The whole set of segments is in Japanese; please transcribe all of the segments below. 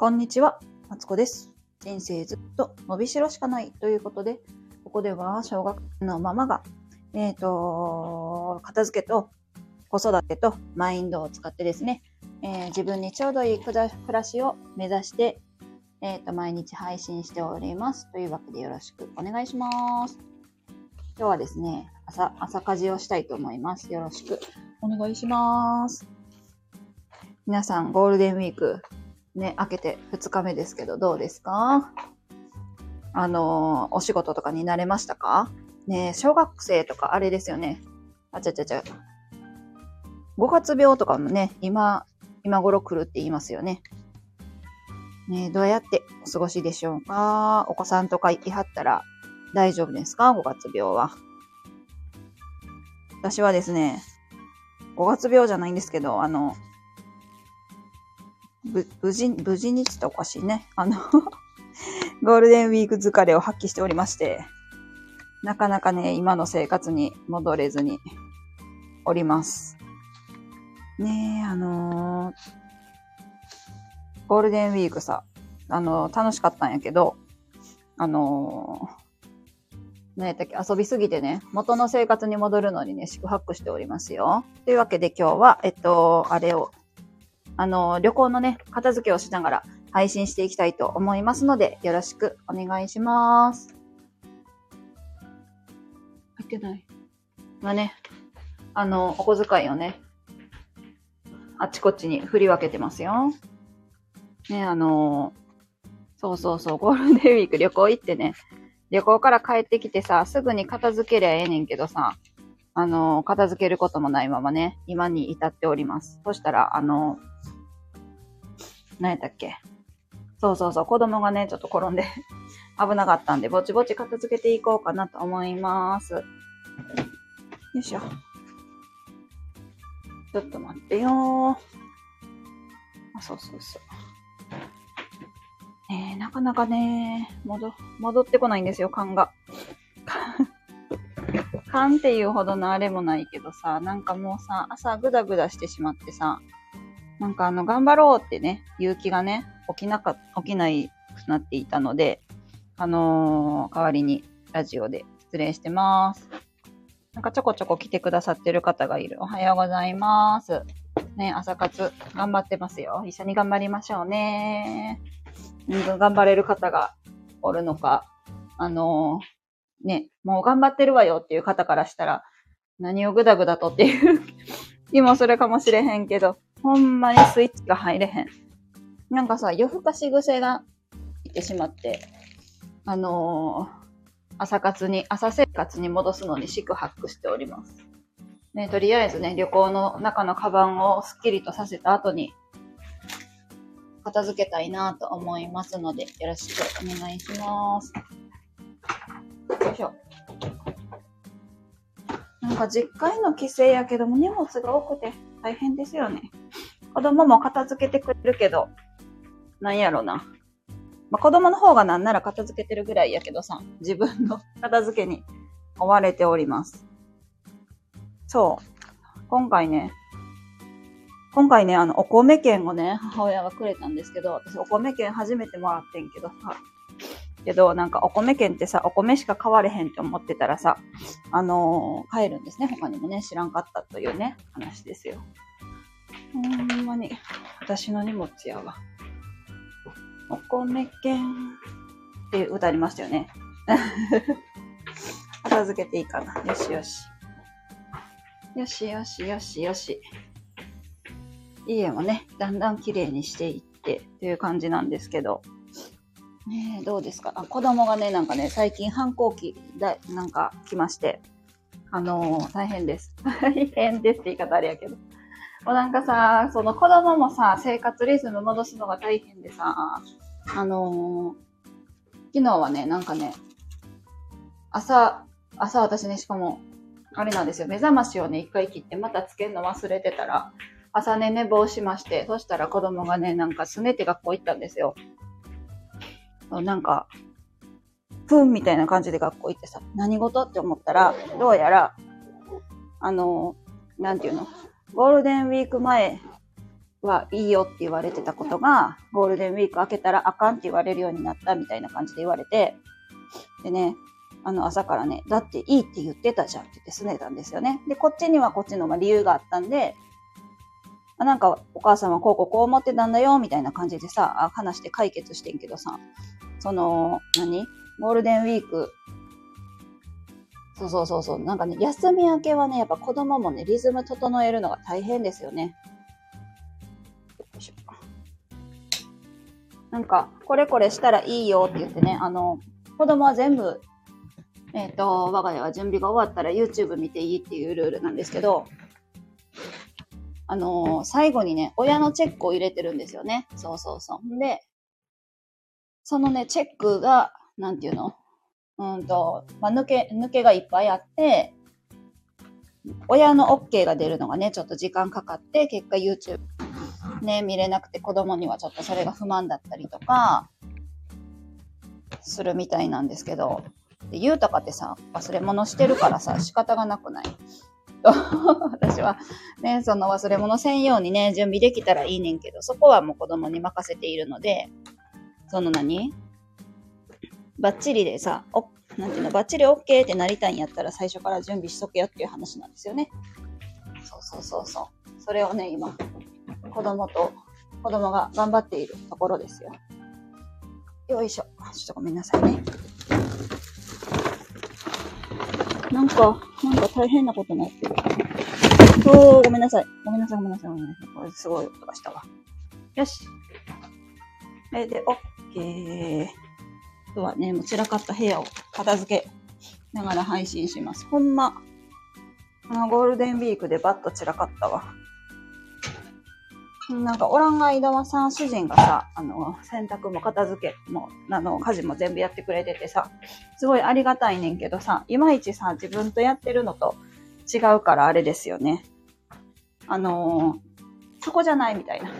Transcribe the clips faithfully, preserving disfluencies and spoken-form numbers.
こんにちは、マツコです。人生ずっと伸びしろしかないということで、ここでは小学生のママが、えっと、片付けと子育てとマインドを使ってですね、えー、自分にちょうどいい暮らしを目指して、えっと、毎日配信しております。というわけでよろしくお願いします。今日はですね、朝、朝家事をしたいと思います。よろしくお願いします。皆さん、ゴールデンウィーク、ね、明けてふつかめですけど、どうですか？あのー、お仕事とかに慣れましたか？ね、小学生とかあれですよね。あちゃちゃちゃ。ごがつ病とかもね、今、今頃来るって言いますよね。ね、どうやってお過ごしでしょうか？お子さんとかいはったら大丈夫ですか？ごがつ病は。私はですね、ごがつ病じゃないんですけど、あの、ぶ無事、無事日っておかしいね。あの、ゴールデンウィーク疲れを発揮しておりまして、なかなかね、今の生活に戻れずにおります。ねえ、あのー、ゴールデンウィークさ、あのー、楽しかったんやけど、あのー、何やったっけ、遊びすぎてね、元の生活に戻るのにね、宿泊しておりますよ。というわけで今日は、えっと、あれを、あのー、旅行のね、片付けをしながら配信していきたいと思いますので、よろしくお願いします。入ってない。まあね、あの、お小遣いをね、あっちこっちに振り分けてますよ。ね、あの、そうそうそう、ゴールデンウィーク旅行行ってね、旅行から帰ってきてさ、すぐに片付けりゃええねんけどさ、あの、片付けることもないままね、今に至っております。そしたら、あの、何やったっけ。そうそうそう、子供がね、ちょっと転んで危なかったんで、ぼちぼち片付けていこうかなと思います。よいしょ。ちょっと待ってよー。あ、そうそうそう。ねえ、なかなかね、戻、戻ってこないんですよ、勘が。勘っていうほどのあれもないけどさ、なんかもうさ、朝グダグダしてしまってさ、なんかあの、頑張ろうってね、勇気がね、起きなか、起きないくなっていたので、あのー、代わりにラジオで失礼してます。なんかちょこちょこ来てくださってる方がいる。おはようございます。ね、朝活頑張ってますよ。一緒に頑張りましょうね。うん、頑張れる方がおるのか、あのー、ね、もう頑張ってるわよっていう方からしたら、何をグダグダとっていう気もするかもしれへんけど、ほんまにスイッチが入れへん。なんかさ、夜更かし癖がいってしまって、あのー、朝活に、朝生活に戻すのに四苦八苦しております。ね、とりあえずね、旅行の中のカバンをスッキリとさせた後に、片付けたいなと思いますので、よろしくお願いします。よいしょ。なんか実家への帰省やけども荷物が多くて大変ですよね。子供も片付けてくれるけど、なんやろな。まあ、子供の方がなんなら片付けてるぐらいやけどさ、自分の片付けに追われております。そう。今回ね、今回ね、あの、お米券をね、母親がくれたんですけど、私お米券初めてもらってんけどさ、けど、なんかお米券ってさ、お米しか買われへんって思ってたらさ、あのー、買えるんですね。他にもね、知らんかったというね、話ですよ。ほんまに、私の荷物やわ。お米券っていう歌ありましたよね。片付けていいかな。よしよし。よしよしよしよし。家もね、だんだん綺麗にしていってという感じなんですけど。ねえ、どうですか？あ、子供がね、なんかね、最近反抗期だ、なんか来まして、あのー、大変です。大変ですって言い方あれやけど。もうなんかさ、その子供もさ、生活リズム戻すのが大変でさ、あのー、昨日はね、なんかね、朝、朝私ね、しかも、あれなんですよ、目覚ましをね、一回切ってまたつけるの忘れてたら、朝ね、寝坊しまして、そしたら子供がね、なんかすねて学校行ったんですよ。なんか、プンみたいな感じで学校行ってさ、何事って思ったら、どうやら、あの、なんていうの、ゴールデンウィーク前はいいよって言われてたことが、ゴールデンウィーク明けたらあかんって言われるようになったみたいな感じで言われて、でね、あの朝からね、だっていいって言ってたじゃんって言って拗ねたんですよね。で、こっちにはこっちのまあ理由があったんで、あなんかお母さんはこうこうこう思ってたんだよみたいな感じでさ、話して解決してんけどさ、その、何ゴールデンウィーク、そうそうそうそう、なんかね、休み明けはね、やっぱ子供もね、リズム整えるのが大変ですよね。よいしょ。なんか、これこれしたらいいよって言ってね、あの、子供は全部、えっと、我が家は準備が終わったら YouTube 見ていいっていうルールなんですけど、あのー、最後にね、親のチェックを入れてるんですよね。そうそうそう。で、そのね、チェックが、なんていうのうんと、まあ、抜け、抜けがいっぱいあって、親の OK が出るのがね、ちょっと時間かかって、結果 YouTube ね、見れなくて子供にはちょっとそれが不満だったりとか、するみたいなんですけど、で、ゆうたかってさ、忘れ物してるからさ、仕方がなくない？私はね、その忘れ物せんようにね、準備できたらいいねんけど、そこはもう子供に任せているので、その何バッチリでさ、お、なんていうの、バッチリ OK ってなりたいんやったら最初から準備しとけよっていう話なんですよね。そうそうそうそう。それをね、今、子供と、子供が頑張っているところですよ。よいしょ。ちょっとごめんなさいね。なんか、なんか大変なことになってる。そう、ごめんなさい。ごめんなさい、ごめんなさい、ごめんなさい。これすごい音がしたわ。よし。これで、オッケー。あとはね、もう散らかった部屋を片付けながら配信します。ほんま、あの、ゴールデンウィークでバッと散らかったわ。なんか、おらん間はさ、主人がさ、あの、洗濯も片付けも、あの、家事も全部やってくれててさ、すごいありがたいねんけどさ、いまいちさ、自分とやってるのと違うからあれですよね。あのー、そこじゃないみたいな。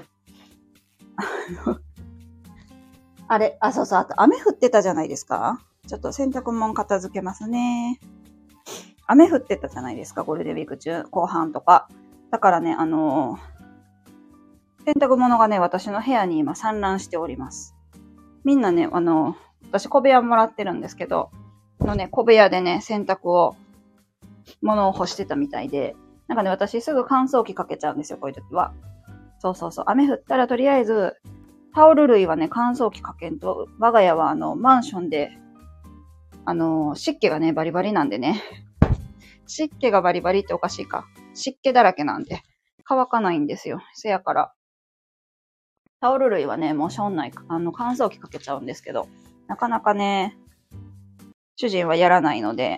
あれ、あ、そうそう、あと雨降ってたじゃないですか？ちょっと洗濯物片付けますね。雨降ってたじゃないですか、ゴールデンウィーク中、後半とか。だからね、あのー、洗濯物がね、私の部屋に今散乱しております。みんなね、あの、私小部屋もらってるんですけど、のね、小部屋でね、洗濯を、物を干してたみたいで、なんかね、私すぐ乾燥機かけちゃうんですよ、こういう時は。そうそうそう。雨降ったらとりあえず、タオル類はね、乾燥機かけんと、我が家はあの、マンションで、あの、湿気がね、バリバリなんでね。湿気がバリバリっておかしいか。湿気だらけなんで、乾かないんですよ。せやから。タオル類はね、もうしょんない、あの、乾燥機かけちゃうんですけど、なかなかね、主人はやらないので、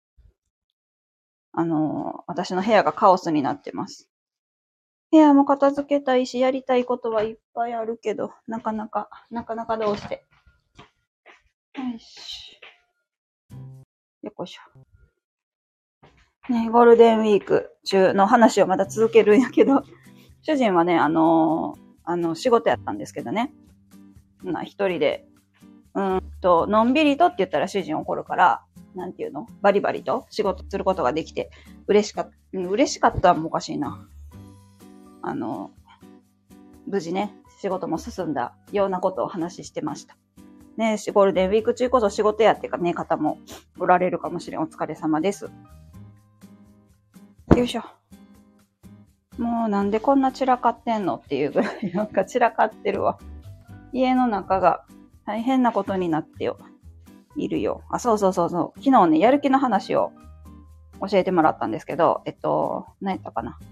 あの、私の部屋がカオスになってます。部屋も片付けたいし、やりたいことはいっぱいあるけど、なかなか、なかなかどうして。よし。よっしょ。ね、ゴールデンウィーク中の話をまだ続けるんやけど、主人はね、あのー、あの、仕事やったんですけどね。な、一人で、うーんと、のんびりとって言ったら主人怒るから、なんていうの？バリバリと仕事することができて、嬉しかった、嬉しかったもおかしいな。あの、無事ね、仕事も進んだようなことをお話ししてました。ね、ゴールデンウィーク中こそ仕事やってかね、方もおられるかもしれん。お疲れ様です。よいしょ。もうなんでこんな散らかってんのっていうぐらいなんか散らかってるわ。家の中が大変なことになってよ。いるよ。あ、そうそうそうそう。昨日ね、やる気の話を教えてもらったんですけど、えっと、何やったかな。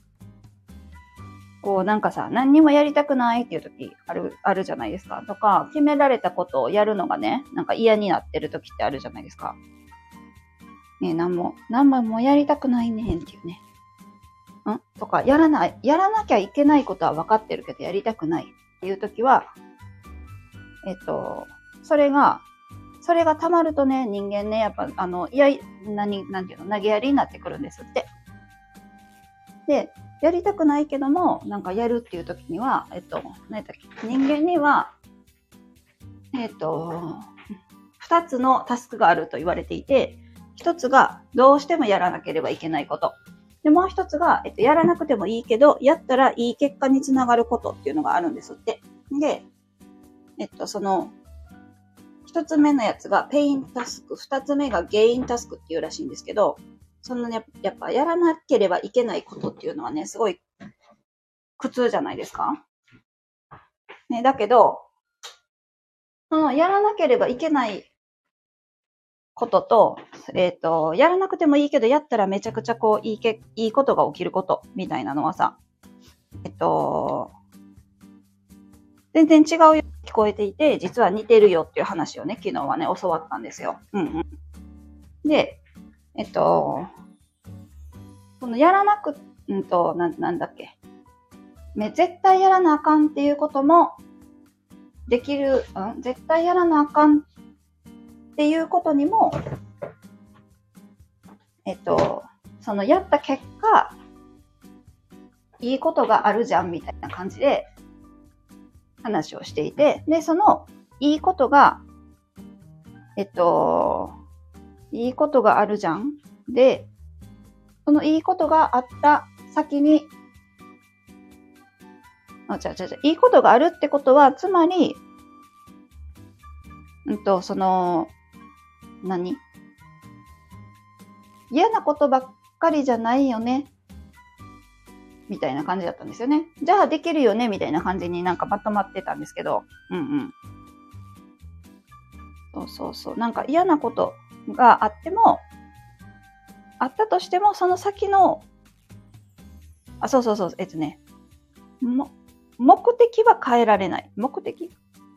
こうなんかさ、何にもやりたくないっていう時ある、あるじゃないですか。とか、決められたことをやるのがね、なんか嫌になってる時ってあるじゃないですか。ねえ、なんも、なんももうやりたくないねんっていうね。んとか、やらない、やらなきゃいけないことは分かってるけど、やりたくないっていう時は、えっと、それが、それが溜まるとね、人間ね、やっぱ、あの、いや、何、なんていうの、投げやりになってくるんですって。で、やりたくないけども、なんかやるっていう時には、えっと、何だっけ、人間には、えっと、二つのタスクがあると言われていて、一つがどうしてもやらなければいけないこと。 で、もう一つが、えっと、やらなくてもいいけど、やったらいい結果につながることっていうのがあるんですって。で、えっと、その、一つ目のやつがペインタスク、二つ目がゲインタスクっていうらしいんですけど、そのね、やっぱやらなければいけないことっていうのはね、すごい苦痛じゃないですか。ね、だけど、そのやらなければいけないことと、えっと、やらなくてもいいけど、やったらめちゃくちゃこう、いいけ、いいことが起きることみたいなのはさ、えっと、全然違うように聞こえていて、実は似てるよっていう話をね、昨日はね、教わったんですよ。うんうん。で、えっと、このやらなく、うんと、な、なんだっけ。ね、絶対やらなあかんっていうことも、できる、うん、絶対やらなあかんっていうことにも、えっと、そのやった結果、いいことがあるじゃんみたいな感じで話をしていて、で、そのいいことが、えっと、いいことがあるじゃん。で、そのいいことがあった先に、あ、違う違う違う、いいことがあるってことは、つまり、うんと、その、何嫌なことばっかりじゃないよね。みたいな感じだったんですよね。じゃあできるよねみたいな感じになんかまとまってたんですけど。うんうん。そうそうそう。なんか嫌なことがあっても、あったとしても、その先の、あ、そうそうそう、えっとね、も、目的は変えられない。目的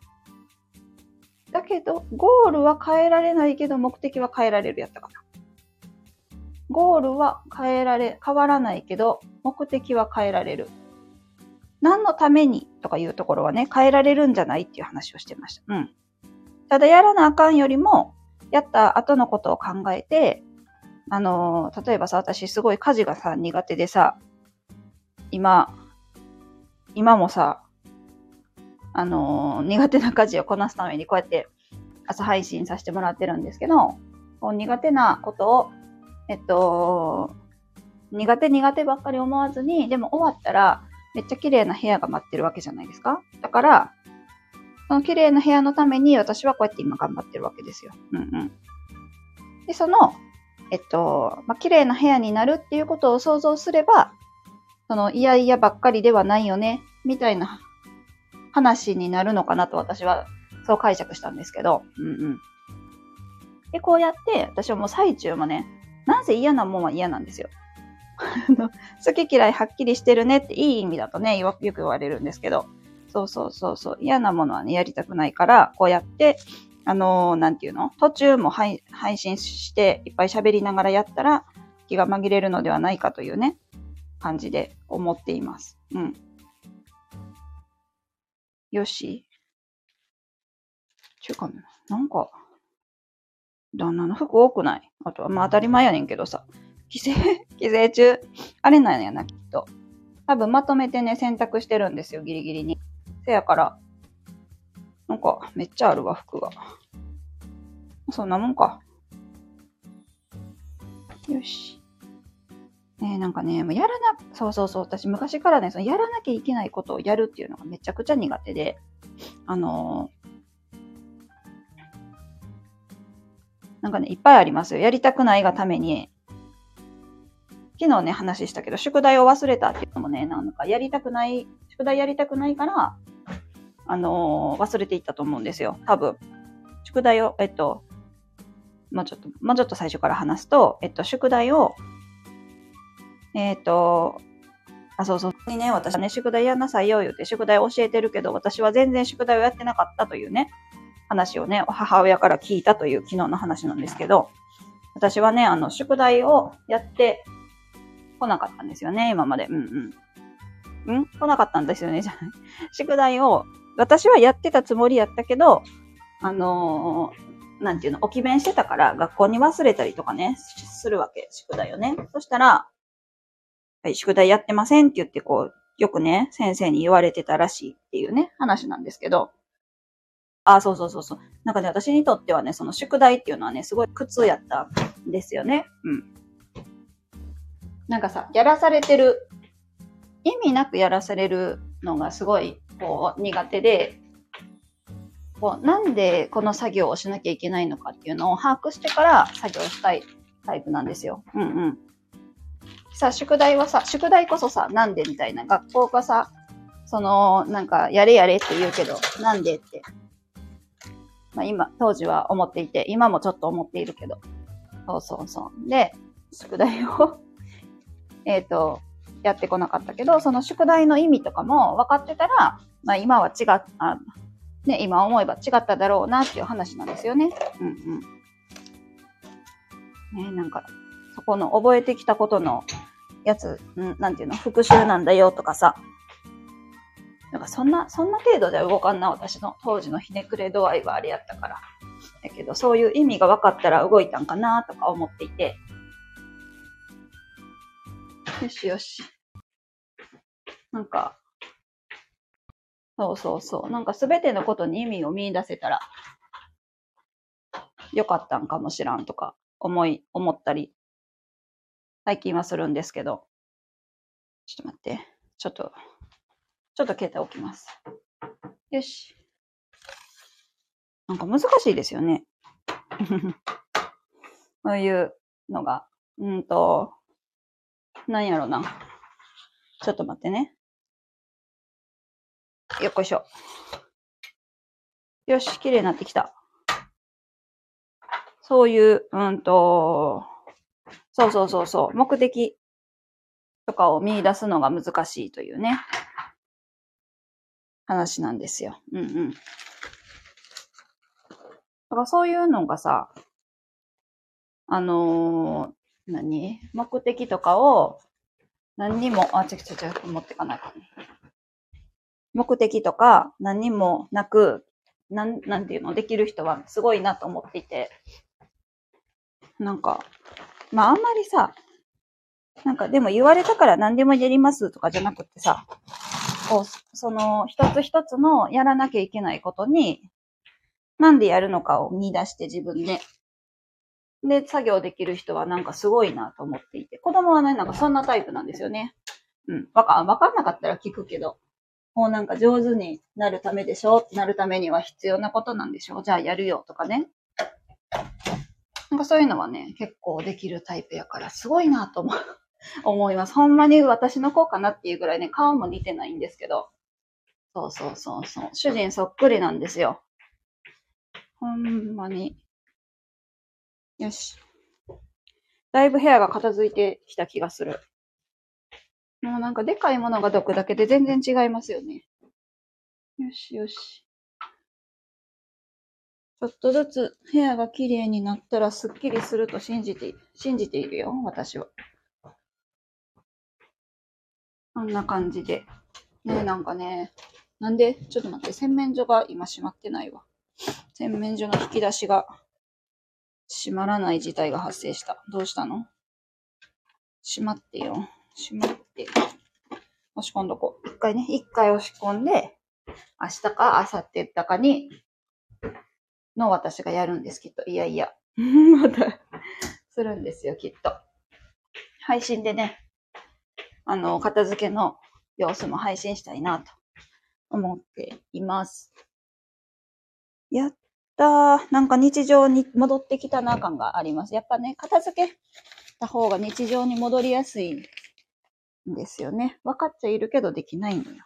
だけど、ゴールは変えられないけど、目的は変えられるやったかな。ゴールは変えられ、変わらないけど、目的は変えられる。何のためにとかいうところはね、変えられるんじゃないっていう話をしてました。うん。ただやらなあかんよりも、やった後のことを考えて、あのー、例えばさ、私すごい家事がさ、苦手でさ、今、今もさ、あのー、苦手な家事をこなすためにこうやって朝配信させてもらってるんですけど、こう苦手なことを、えっと、苦手苦手ばっかり思わずに、でも終わったらめっちゃ綺麗な部屋が待ってるわけじゃないですか。だから、その綺麗な部屋のために私はこうやって今頑張ってるわけですよ。うんうん。で、その、えっと、まあ、綺麗な部屋になるっていうことを想像すれば、その、いやいやばっかりではないよね、みたいな話になるのかなと私はそう解釈したんですけど、うんうん。で、こうやって私はもう最中もね、なんせ嫌なもんは嫌なんですよ。好き嫌いはっきりしてるねっていい意味だとね、よく言われるんですけど、そうそうそうそう、嫌なものはね、やりたくないから、こうやって、あのー、なんていうの途中も配配信していっぱい喋りながらやったら気が紛れるのではないかというね、感じで思っています。うん。よし。ちゅうかね、なんか、旦那の服多くない？あとはまあ当たり前やねんけどさ、帰省、帰省中、あれなんやな、きっと。多分まとめてね、洗濯してるんですよ、ギリギリに。せやから、なんか、めっちゃあるわ、服が。そんなもんか。よし。ねえ、なんかね、もうやらな、そうそうそう、私昔からね、そのやらなきゃいけないことをやるっていうのがめちゃくちゃ苦手で、あのー、なんかね、いっぱいありますよ。やりたくないがために、昨日ね、話したけど、宿題を忘れたっていうのもね、なんかやりたくない、宿題やりたくないから、あのー、忘れていったと思うんですよ。多分。宿題を、えっと、もうちょっと、もうちょっと最初から話すと、えっと、宿題を、えっと、あ、そうそう。にね、私はね、宿題やんなさいよ、言って宿題を教えてるけど、私は全然宿題をやってなかったというね、話をね、母親から聞いたという昨日の話なんですけど、私はね、あの、宿題をやってこなかったんですよね、今まで。うんうん。ん来なかったんですよね、じゃない。宿題を、私はやってたつもりやったけど、あのー、なんていうの、置き弁してたから、学校に忘れたりとかね、するわけ、宿題をね。そしたら、はい、宿題やってませんって言って、こう、よくね、先生に言われてたらしいっていうね、話なんですけど、あ、そうそうそうそう。なんかね、私にとってはね、その宿題っていうのはね、すごい苦痛やったんですよね。うん。 なんかさ、やらされてる、意味なくやらされるのがすごい、こう、苦手で、こう、なんでこの作業をしなきゃいけないのかっていうのを把握してから作業したいタイプなんですよ。うんうん。さあ、宿題はさ、宿題こそさ、なんでみたいな。学校がさ、その、なんか、やれやれって言うけど、なんでって。まあ今、当時は思っていて、今もちょっと思っているけど。そうそうそう。で、宿題を、えっと、やってこなかったけど、その宿題の意味とかも分かってたら、まあ今は違っ、あね、今思えば違っただろうなっていう話なんですよね。うんうん。ね、なんか、そこの覚えてきたことのやつ、んなんていうの、復習なんだよとかさ。なんかそんな、そんな程度じゃ動かんな、私の当時のひねくれ度合いはあれやったから。だけど、そういう意味が分かったら動いたんかなとか思っていて。よしよし。なんか、そうそうそう。なんかすべてのことに意味を見出せたらよかったんかもしらんとか思い、思ったり、最近はするんですけど。ちょっと待って。ちょっと、ちょっと携帯置きます。よし。なんか難しいですよね。こういうのが。うんと、なんやろな。ちょっと待ってね。よっこいしょ。よし、綺麗になってきた。そういう、うんと、そうそうそうそう、目的とかを見出すのが難しいというね、話なんですよ。うんうん。だからそういうのがさ、あのー、何目的とかを何にも、あ、ちょちょちょ、持ってかないかね。目的とか何にもなく、なん、なんていうの、できる人はすごいなと思っていて、なんか、まああんまりさ、なんかでも言われたから何でもやりますとかじゃなくってさ、こう、その一つ一つのやらなきゃいけないことに、なんでやるのかを見出して自分で。で、作業できる人はなんかすごいなと思っていて、子供はね、なんかそんなタイプなんですよね。うん。わか、わかんなかったら聞くけど、もうなんか上手になるためでしょなるためには必要なことなんでしょじゃあやるよとかね。なんかそういうのはね、結構できるタイプやからすごいなと思う。思います。ほんまに私の子かなっていうぐらいね、顔も似てないんですけど。そうそうそうそう。主人そっくりなんですよ。ほんまに。よし。だいぶ部屋が片付いてきた気がする。もうなんかでかいものがどくだけで全然違いますよね。よしよし。ちょっとずつ部屋が綺麗になったらスッキリすると信じて、信じているよ、私は。こんな感じで。ね、なんかね、なんで、ちょっと待って、洗面所が今閉まってないわ。洗面所の引き出しが閉まらない事態が発生した。どうしたの？閉まってよ。閉まって。押し込んどこう。一回ね、一回押し込んで、明日か明後日だかに、の私がやるんです、きっと。いやいや。また、するんですよ、きっと。配信でね、あの、片付けの様子も配信したいなと思っています。やったー。なんか日常に戻ってきたな感があります。やっぱね、片付けた方が日常に戻りやすいんですよね。分かっちゃいるけどできないんだよ。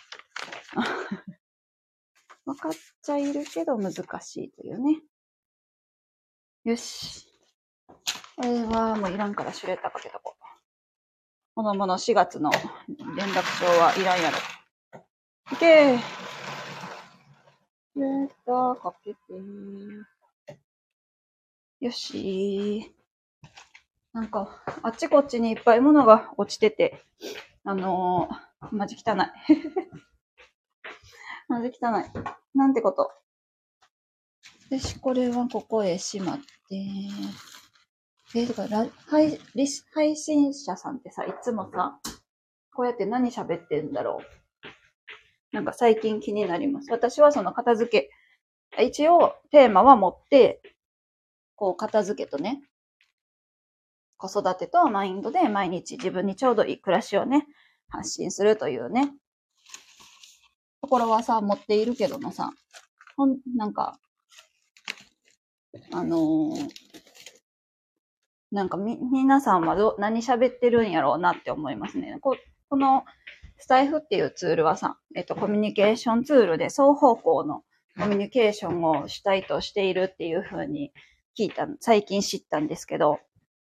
分かっちゃいるけど難しいというね。よし。これはもういらんからシュレッダーかけとこう。子供のしがつの連絡帳はいらんやろ。いけー。シュレッダーかけてー。よしー。なんか、あっちこっちにいっぱい物が落ちてて、あのー、マジ汚い。マジ汚い。なんてこと。よし、これはここへしまって。え、とか、配、配信者さんってさ、いつもさ、こうやって何喋ってんだろう。なんか最近気になります。私はその片付け、一応テーマは持って、こう片付けとね、 子育てとマインドで毎日自分にちょうどいい暮らしをね、発信するというね、ところはさ、持っているけどもさ、ほん、なんか、あのー、なんかみ、皆さんはど、何喋ってるんやろうなって思いますね。こ、この、スタイフっていうツールはさ、えっと、コミュニケーションツールで双方向のコミュニケーションを主体としているっていう風に聞いた、最近知ったんですけど、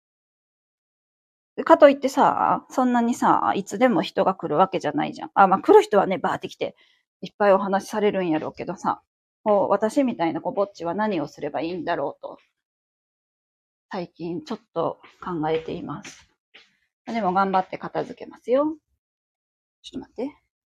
かといってさ、そんなにさ、いつでも人が来るわけじゃないじゃん。あ、まあ来る人はね、バーって来て、いっぱいお話しされるんやろうけどさ、こう私みたいなこぼっちは何をすればいいんだろうと、最近ちょっと考えています。でも頑張って片付けますよ。ちょっと待って。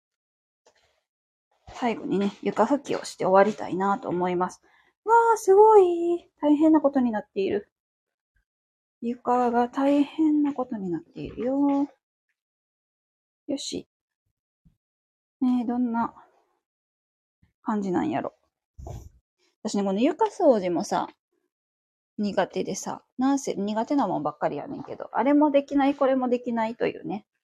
最後にね、床拭きをして終わりたいなと思います。わー、すごい大変なことになっている。床が大変なことになっているよ。よし。ねえ、どんな感じなんやろ。私ね、この床掃除もさ、苦手でさ、なんせ苦手なもんばっかりやねんけど、あれもできない、これもできないというね、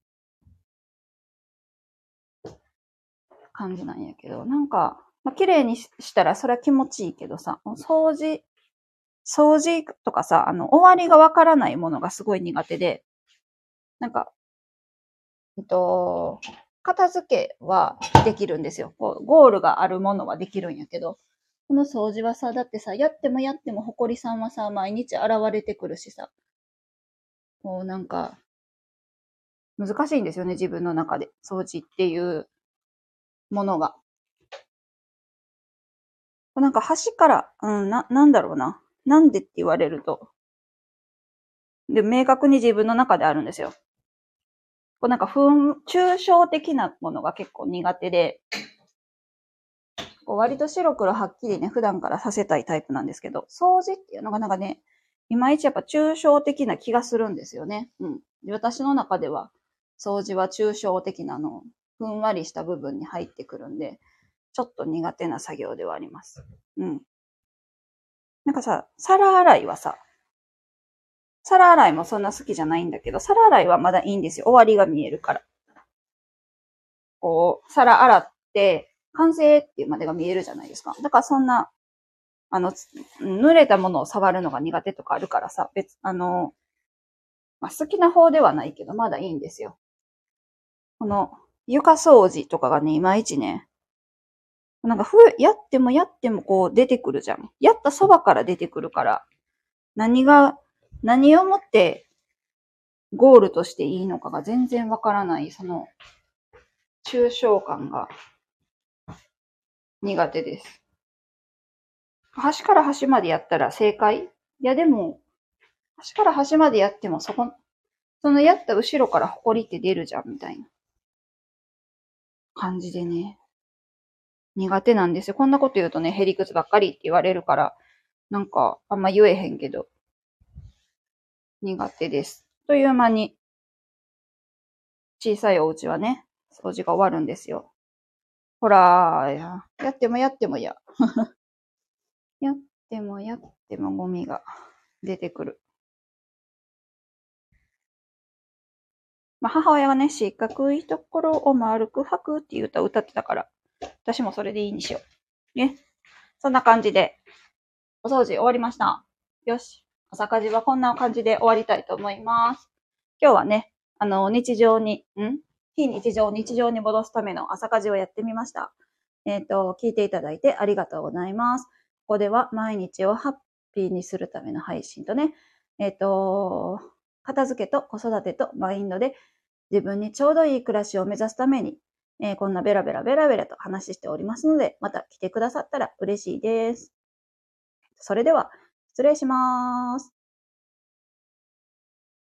感じなんやけど、なんか、まあ、綺麗にしたらそれは気持ちいいけどさ、掃除、掃除とかさ、あの、終わりがわからないものがすごい苦手で、なんか、えっと、片付けはできるんですよ。こうゴールがあるものはできるんやけど、この掃除はさ、だってさ、やってもやっても、ほこりさんはさ、毎日現れてくるしさ、もうなんか、難しいんですよね、自分の中で。掃除っていうものが。なんか端から、うん、な、なんだろうな。なんでって言われると。で、明確に自分の中であるんですよ。こうなんか、ふん、抽象的なものが結構苦手で、こう割と白黒はっきりね、普段からさせたいタイプなんですけど、掃除っていうのがなんかね、いまいちやっぱ抽象的な気がするんですよね。うん。で私の中では、掃除は抽象的なの、ふんわりした部分に入ってくるんで、ちょっと苦手な作業ではあります。うん。なんかさ、皿洗いはさ、皿洗いもそんな好きじゃないんだけど、皿洗いはまだいいんですよ。終わりが見えるから。こう、皿洗って、完成っていうまでが見えるじゃないですか。だからそんな、あの、濡れたものを触るのが苦手とかあるからさ、別、あの、まあ、好きな方ではないけど、まだいいんですよ。この、床掃除とかがね、いまいちね、なんかふ、やってもやってもこう出てくるじゃん。やったそばから出てくるから、何が、何をもってゴールとしていいのかが全然わからない、その、抽象感が苦手です。端から端までやったら正解？いやでも、端から端までやってもそこ、そのやった後ろからホコリって出るじゃん、みたいな感じでね。苦手なんですよ。こんなこと言うとね、へりくつばっかりって言われるから、なんか、あんま言えへんけど、苦手です。という間に、小さいお家はね、掃除が終わるんですよ。ほらーや、やってもやってもや。やってもやってもゴミが出てくる。まあ、母親がね、四角いところを丸く履くっていう歌を歌ってたから、私もそれでいいにしよう。ね。そんな感じで、お掃除終わりました。よし。朝家事はこんな感じで終わりたいと思います。今日はね、あの、日常に、ん非日常を日常に戻すための朝家事をやってみました。えっと、聞いていただいてありがとうございます。ここでは毎日をハッピーにするための配信とね、えっと、片付けと子育てとマインドで自分にちょうどいい暮らしを目指すために、えー、こんなベラベラベラベラと話しておりますので、また来てくださったら嬉しいです。それでは、失礼します。